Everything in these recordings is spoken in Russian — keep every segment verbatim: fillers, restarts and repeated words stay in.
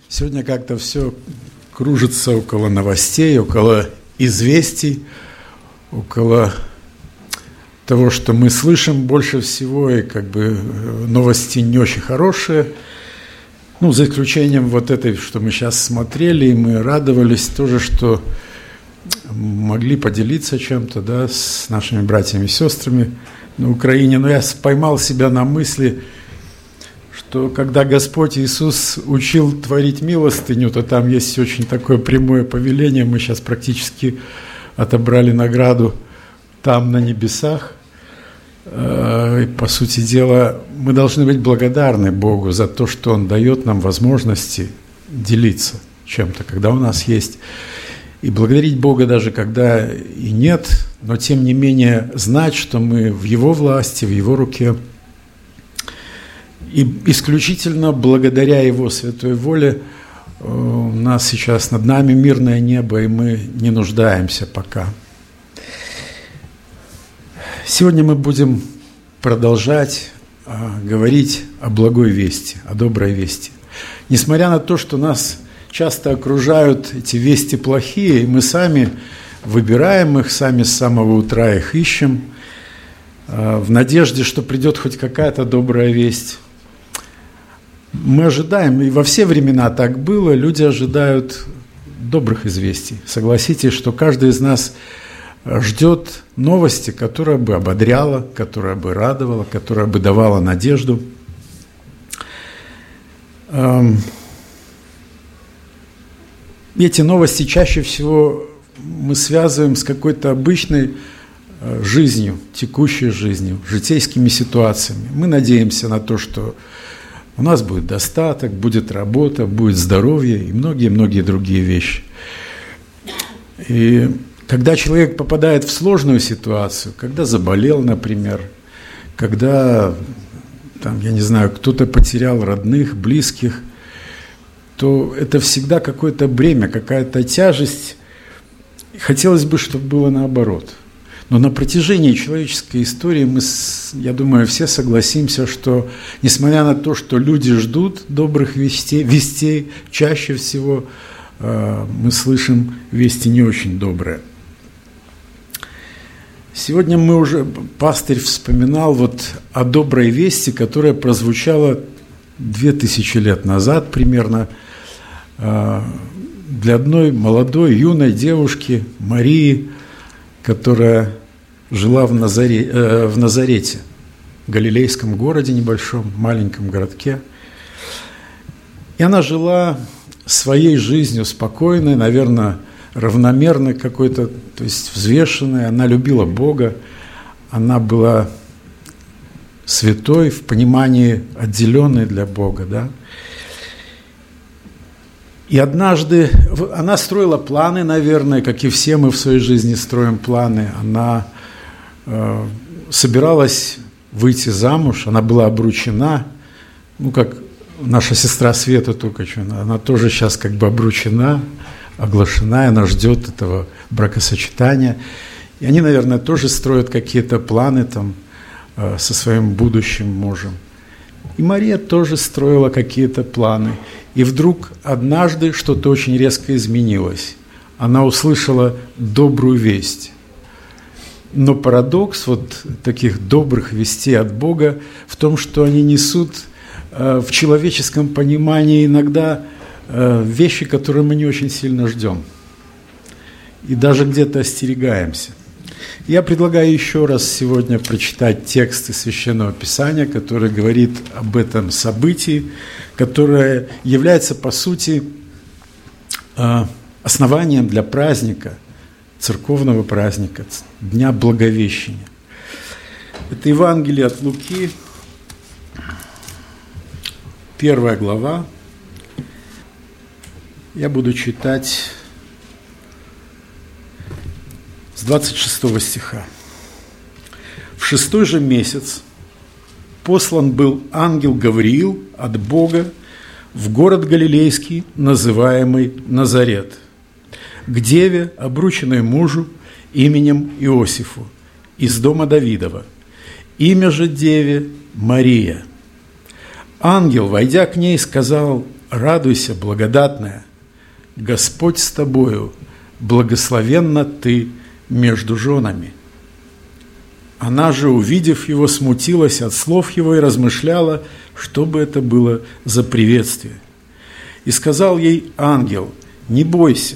Сегодня как-то все кружится около новостей, около известий, около того, что мы слышим больше всего, и как бы новости не очень хорошие. Ну, за исключением вот этой, что мы сейчас смотрели, и мы радовались тоже, что могли поделиться чем-то, да, с нашими братьями и сестрами на Украине. Но я поймал себя на мысли, что когда Господь Иисус учил творить милостыню, то там есть очень такое прямое повеление. Мы сейчас практически отобрали награду там, на небесах. И, по сути дела, мы должны быть благодарны Богу за то, что Он дает нам возможности делиться чем-то, когда у нас есть. И благодарить Бога даже когда и нет, но тем не менее знать, что мы в Его власти, в Его руке. И исключительно благодаря Его святой воле у нас сейчас над нами мирное небо, и мы не нуждаемся пока. Сегодня мы будем продолжать а, говорить о благой вести, о доброй вести. Несмотря на то, что нас часто окружают эти вести плохие, и мы сами выбираем их, сами с самого утра их ищем, а, в надежде, что придет хоть какая-то добрая весть. Мы ожидаем, и во все времена так было, люди ожидают добрых известий. Согласитесь, что каждый из нас ждет новости, которая бы ободряла, которая бы радовала, которая бы давала надежду. Эти новости чаще всего мы связываем с какой-то обычной жизнью, текущей жизнью, житейскими ситуациями. Мы надеемся на то, что у нас будет достаток, будет работа, будет здоровье и многие-многие другие вещи. И когда человек попадает в сложную ситуацию, когда заболел, например, когда, там, я не знаю, кто-то потерял родных, близких, то это всегда какое-то бремя, какая-то тяжесть. Хотелось бы, чтобы было наоборот. Но на протяжении человеческой истории мы, я думаю, все согласимся, что несмотря на то, что люди ждут добрых вестей, вестей чаще всего э, мы слышим вести не очень добрые. Сегодня мы уже, пастырь вспоминал вот о доброй вести, которая прозвучала две тысячи лет назад примерно э, для одной молодой, юной девушки Марии, которая жила в, Назаре, э, в Назарете, галилейском городе небольшом, маленьком городке. И она жила своей жизнью спокойной, наверное, равномерной какой-то, то есть взвешенной. Она любила Бога, она была святой в понимании отделенной для Бога, да. И однажды она строила планы, наверное, как и все мы в своей жизни строим планы. Она э, собиралась выйти замуж, она была обручена, ну, как наша сестра Света Тукачева, она тоже сейчас как бы обручена, оглашена, и она ждет этого бракосочетания. И они, наверное, тоже строят какие-то планы там э, со своим будущим мужем. И Мария тоже строила какие-то планы. И вдруг однажды что-то очень резко изменилось. Она услышала добрую весть. Но парадокс вот таких добрых вестей от Бога в том, что они несут э, в человеческом понимании иногда э, вещи, которые мы не очень сильно ждем. И даже где-то остерегаемся. Я предлагаю еще раз сегодня прочитать текст из Священного Писания, который говорит об этом событии, которое является, по сути, основанием для праздника, церковного праздника, Дня Благовещения. Это Евангелие от Луки, первая глава. Я буду читать с двадцать шестого стиха. «В шестой же месяц послан был ангел Гавриил от Бога в город Галилейский, называемый Назарет, к деве, обрученной мужу именем Иосифу, из дома Давидова. Имя же деве Мария. Ангел, войдя к ней, сказал радуйся, благодатная, Господь с тобою, благословенна ты между женами». Она же, увидев его, смутилась от слов его и размышляла, что бы это было за приветствие. И сказал ей ангел: «Не бойся,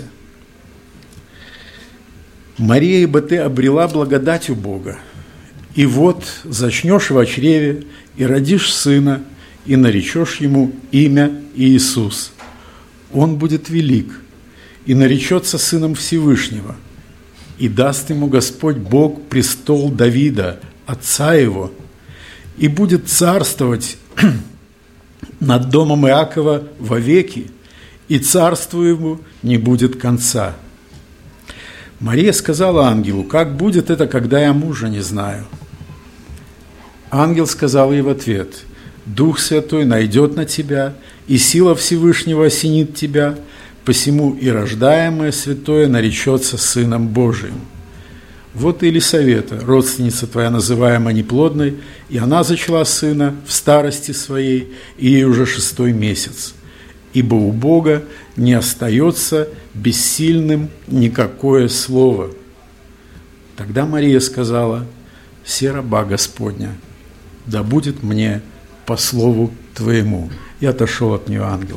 Мария, ибо ты обрела благодать у Бога, и вот зачнешь в чреве, и родишь сына, и наречешь ему имя Иисус. Он будет велик, и наречется сыном Всевышнего, и даст ему Господь Бог престол Давида, отца его, и будет царствовать над домом Иакова вовеки, и царству ему не будет конца». Мария сказала ангелу: «Как будет это, когда я мужа не знаю?» Ангел сказал ей в ответ: «Дух Святой найдет на тебя, и сила Всевышнего осенит тебя, посему и рождаемое святое наречется Сыном Божиим. Вот и Елисавета, родственница твоя, называемая неплодной, и она зачала сына в старости своей, и ей уже шестой месяц. Ибо у Бога не остается бессильным никакое слово». Тогда Мария сказала: «Се раба Господня, да будет мне по слову твоему». И отошел от нее ангел.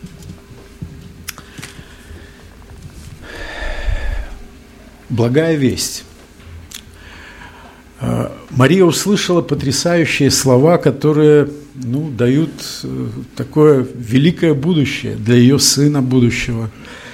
Благая весть. Мария услышала потрясающие слова, которые, ну, дают такое великое будущее для ее сына будущего.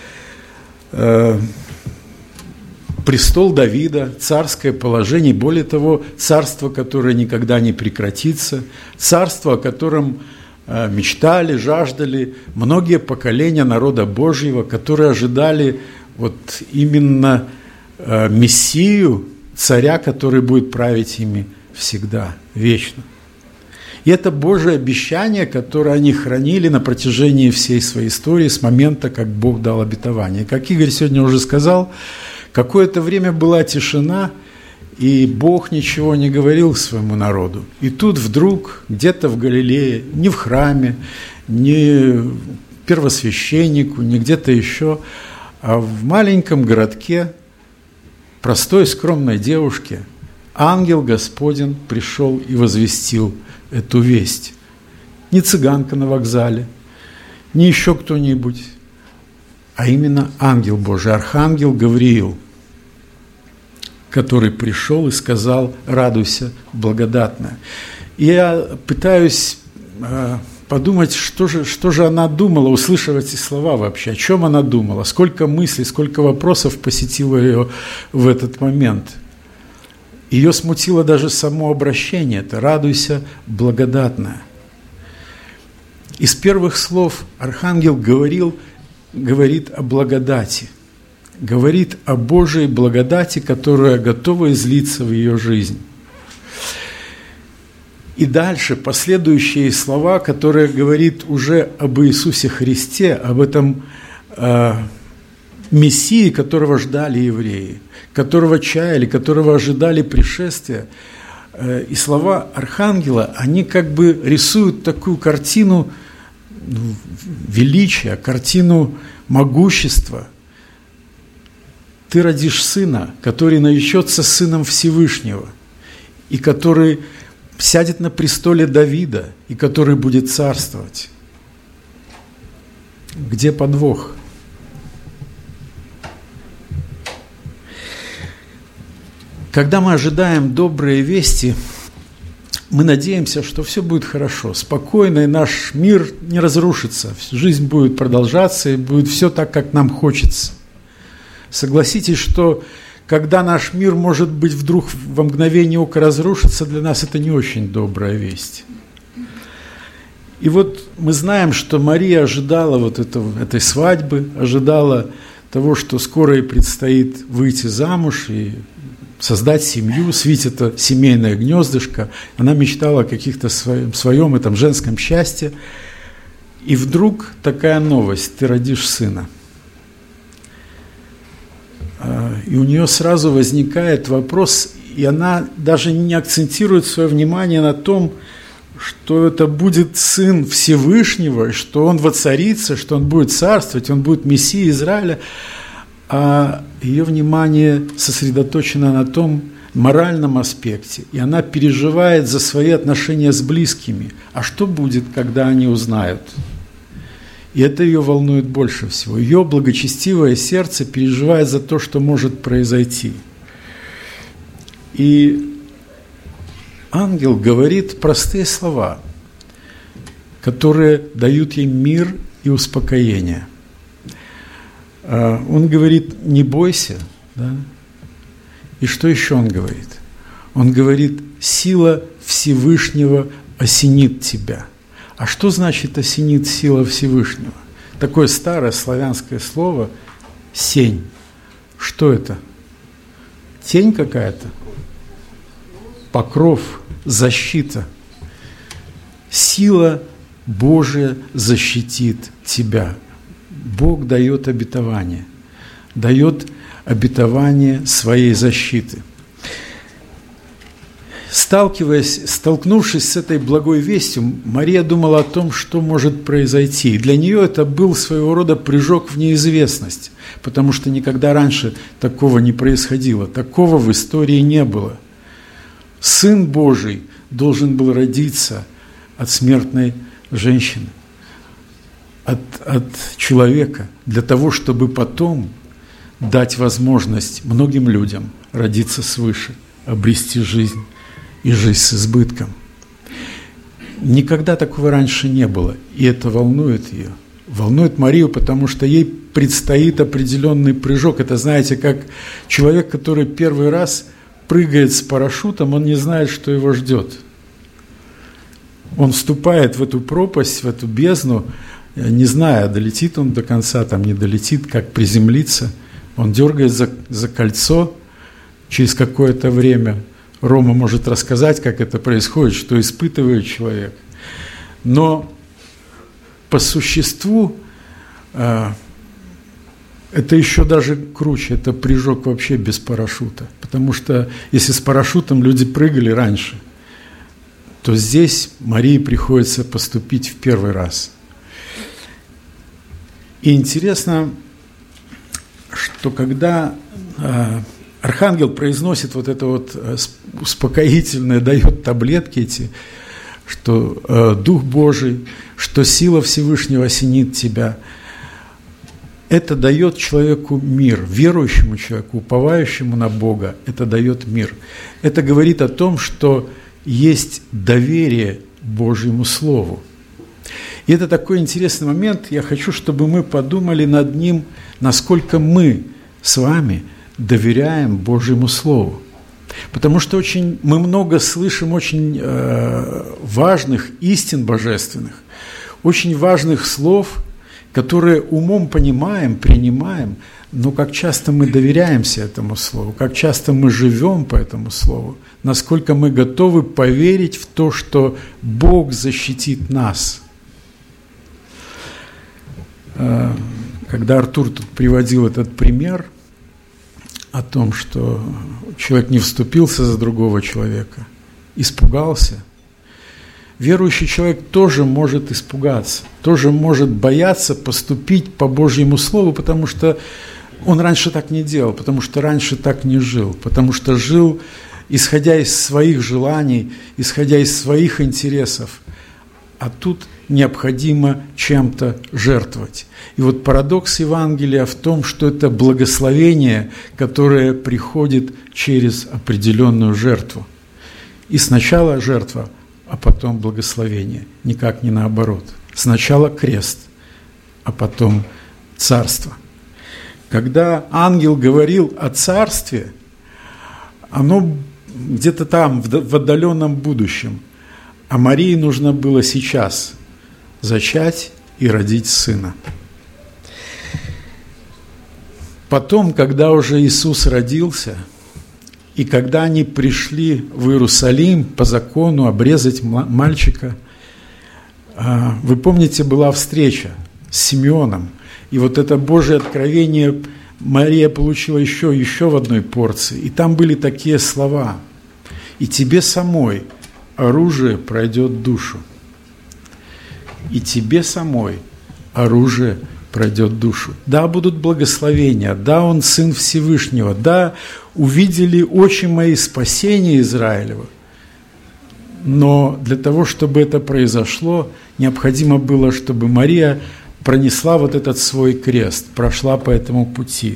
Престол Давида, царское положение, более того, царство, которое никогда не прекратится, царство, о котором мечтали, жаждали многие поколения народа Божьего, которые ожидали вот именно Мессию, царя, который будет править ими всегда, вечно. И это Божие обещание, которое они хранили на протяжении всей своей истории с момента, как Бог дал обетование. Как Игорь сегодня уже сказал, какое-то время была тишина, и Бог ничего не говорил своему народу. И тут вдруг где-то в Галилее, не в храме, не первосвященнику, не где-то еще, а в маленьком городке, простой скромной девушке, ангел Господень пришел и возвестил эту весть. Не цыганка на вокзале, не еще кто-нибудь, а именно ангел Божий, архангел Гавриил, который пришел и сказал: «Радуйся, благодатная». И я пытаюсь э, подумать, что же, что же она думала, услышав эти слова вообще, о чем она думала, сколько мыслей, сколько вопросов посетило ее в этот момент. Ее смутило даже само обращение, это «Радуйся, благодатная». Из первых слов архангел говорил, говорит о благодати, говорит о Божьей благодати, которая готова излиться в ее жизнь. И дальше последующие слова, которые говорит уже об Иисусе Христе, об этом э, Мессии, которого ждали евреи, которого чаяли, которого ожидали пришествия. Э, и слова архангела, они как бы рисуют такую картину величия, картину могущества. Ты родишь сына, который наречется сыном Всевышнего, и который сядет на престоле Давида, и который будет царствовать. Где подвох? Когда мы ожидаем добрые вести, мы надеемся, что все будет хорошо, спокойно, и наш мир не разрушится, жизнь будет продолжаться, и будет все так, как нам хочется. Согласитесь, что когда наш мир, может быть, вдруг во мгновение ока разрушится, для нас это не очень добрая весть. И вот мы знаем, что Мария ожидала вот этого, этой свадьбы, ожидала того, что скоро ей предстоит выйти замуж и создать семью, свить это семейное гнездышко. Она мечтала о каких-то своем, своем этом женском счастье. И вдруг такая новость: ты родишь сына. И у нее сразу возникает вопрос, и она даже не акцентирует свое внимание на том, что это будет Сын Всевышнего, что Он воцарится, что Он будет царствовать, Он будет Мессией Израиля, а ее внимание сосредоточено на том моральном аспекте, и она переживает за свои отношения с близкими. А что будет, когда они узнают? И это ее волнует больше всего. Ее благочестивое сердце переживает за то, что может произойти. И ангел говорит простые слова, которые дают ей мир и успокоение. Он говорит: не бойся, да? И что еще он говорит? Он говорит: сила Всевышнего осенит тебя. А что значит осенит сила Всевышнего? Такое старое славянское слово сень. Что это? Тень какая-то? Покров, защита. Сила Божия защитит тебя. Бог дает обетование, дает обетование своей защиты. Сталкиваясь, столкнувшись с этой благой вестью, Мария думала о том, что может произойти. И для нее это был своего рода прыжок в неизвестность, потому что никогда раньше такого не происходило, такого в истории не было. Сын Божий должен был родиться от смертной женщины, от, от человека, для того, чтобы потом дать возможность многим людям родиться свыше, обрести жизнь и жизнь с избытком. Никогда такого раньше не было, и это волнует ее. Волнует Марию, потому что ей предстоит определенный прыжок. Это, знаете, как человек, который первый раз прыгает с парашютом, он не знает, что его ждет. Он вступает в эту пропасть, в эту бездну, не зная, долетит он до конца, там не долетит, как приземлиться. Он дергает за, за кольцо. Через какое-то время Рома может рассказать, как это происходит, что испытывает человек. Но по существу э, это еще даже круче, это прыжок вообще без парашюта. Потому что если с парашютом люди прыгали раньше, то здесь Марии приходится поступить в первый раз. И интересно, что когда э, архангел произносит вот это вот успокоительное, дает таблетки эти, что э, Дух Божий, что сила Всевышнего осенит тебя, это дает человеку мир, верующему человеку, уповающему на Бога, это дает мир. Это говорит о том, что есть доверие Божьему Слову. И это такой интересный момент, я хочу, чтобы мы подумали над ним, насколько мы с вами доверяем Божьему Слову. Потому что очень, мы много слышим очень э, важных истин божественных, очень важных слов, которые умом понимаем, принимаем, но как часто мы доверяемся этому Слову, как часто мы живем по этому Слову, насколько мы готовы поверить в то, что Бог защитит нас. Когда Артур тут приводил этот пример о том, что человек не вступился за другого человека, испугался, верующий человек тоже может испугаться, тоже может бояться поступить по Божьему Слову, потому что он раньше так не делал, потому что раньше так не жил, потому что жил, исходя из своих желаний, исходя из своих интересов. А тут необходимо чем-то жертвовать. И вот парадокс Евангелия в том, что это благословение, которое приходит через определенную жертву. И сначала жертва, а потом благословение. Никак не наоборот. Сначала крест, а потом царство. Когда ангел говорил о царстве, оно где-то там, в отдаленном будущем. А Марии нужно было сейчас зачать и родить сына. Потом, когда уже Иисус родился, и когда они пришли в Иерусалим по закону обрезать мальчика, вы помните, была встреча с Симеоном, и вот это Божие откровение Мария получила еще, еще в одной порции, и там были такие слова: «И тебе самой оружие пройдет душу. И тебе самой оружие пройдет душу. Да, будут благословения, да, он Сын Всевышнего, да, увидели очи мои спасение Израилева. Но для того, чтобы это произошло, необходимо было, чтобы Мария пронесла вот этот свой крест, прошла по этому пути.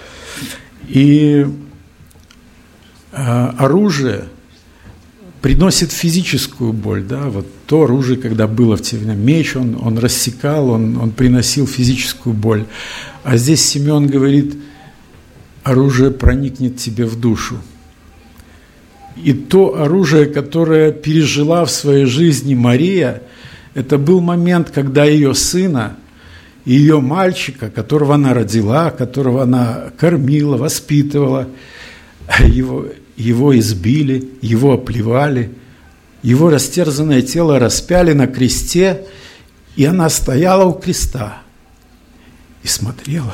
И э, оружие приносит физическую боль, да, вот то оружие, когда было в те времена, меч, он, он рассекал, он, он приносил физическую боль. А здесь Симеон говорит, оружие проникнет тебе в душу. И то оружие, которое пережила в своей жизни Мария, это был момент, когда ее сына, ее мальчика, которого она родила, которого она кормила, воспитывала, его, его избили, его оплевали, его растерзанное тело распяли на кресте, и она стояла у креста и смотрела.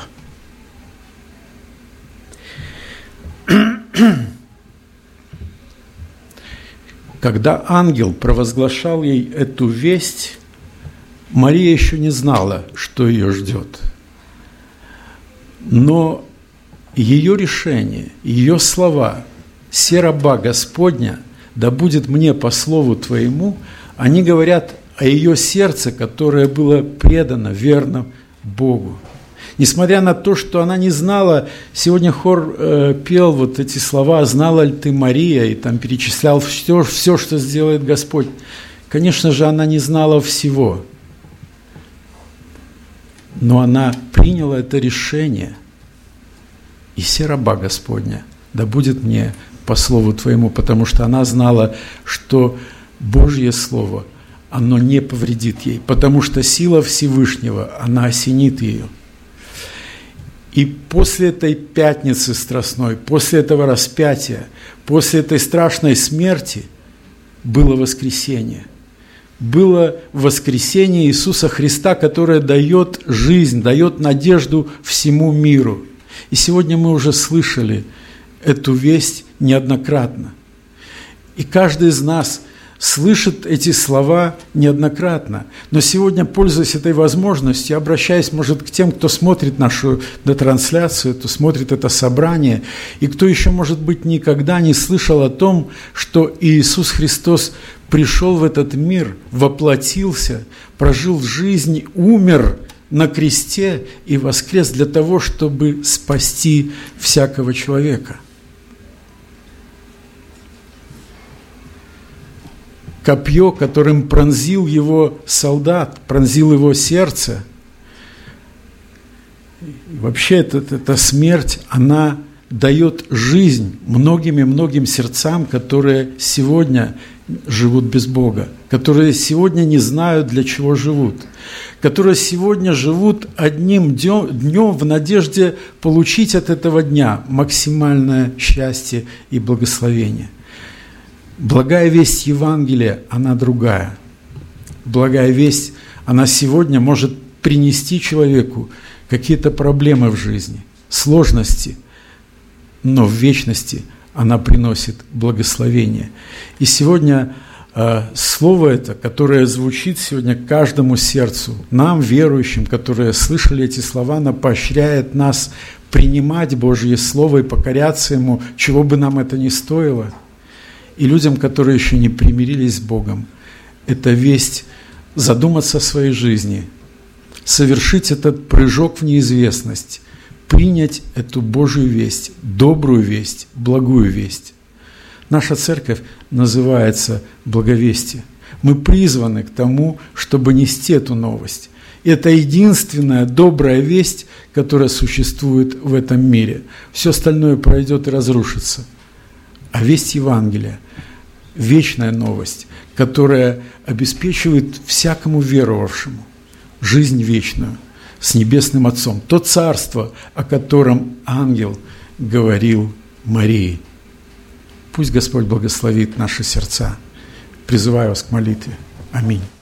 Когда ангел провозглашал ей эту весть, Мария еще не знала, что ее ждет. Но ее решение, ее слова «Се раба Господня, да будет мне по слову Твоему», они говорят о ее сердце, которое было предано, верно Богу. Несмотря на то, что она не знала, сегодня хор э, пел вот эти слова «Знала ли ты, Мария?» и там перечислял все, все, что сделает Господь. Конечно же, она не знала всего. Но она приняла это решение. И «Се раба Господня, да будет мне по слову Твоему», потому что она знала, что Божье Слово, оно не повредит ей, потому что сила Всевышнего, она осенит ее. И после этой пятницы страстной, после этого распятия, после этой страшной смерти было воскресение. Было воскресение Иисуса Христа, которое дает жизнь, дает надежду всему миру. И сегодня мы уже слышали эту весть неоднократно. И каждый из нас слышит эти слова неоднократно. Но сегодня, пользуясь этой возможностью, обращаясь, может, к тем, кто смотрит нашу трансляцию, кто смотрит это собрание, и кто еще, может быть, никогда не слышал о том, что Иисус Христос пришел в этот мир, воплотился, прожил жизнь, умер на кресте и воскрес для того, чтобы спасти всякого человека. Копье, которым пронзил его солдат, пронзил его сердце. И вообще эта, эта смерть, она дает жизнь многим-многим сердцам, которые сегодня живут без Бога, которые сегодня не знают, для чего живут, которые сегодня живут одним днем в надежде получить от этого дня максимальное счастье и благословение. Благая весть Евангелия, она другая. Благая весть, она сегодня может принести человеку какие-то проблемы в жизни, сложности, но в вечности она приносит благословение. И сегодня э, слово это, которое звучит сегодня каждому сердцу, нам, верующим, которые слышали эти слова, оно поощряет нас принимать Божье Слово и покоряться Ему, чего бы нам это ни стоило. И людям, которые еще не примирились с Богом, эта весть задуматься о своей жизни, совершить этот прыжок в неизвестность, принять эту Божью весть, добрую весть, благую весть. Наша церковь называется «Благовестие». Мы призваны к тому, чтобы нести эту новость. Это единственная добрая весть, которая существует в этом мире. Все остальное пройдет и разрушится. А весть Евангелия – вечная новость, которая обеспечивает всякому веровавшему жизнь вечную с Небесным Отцом. То царство, о котором ангел говорил Марии. Пусть Господь благословит наши сердца. Призываю вас к молитве. Аминь.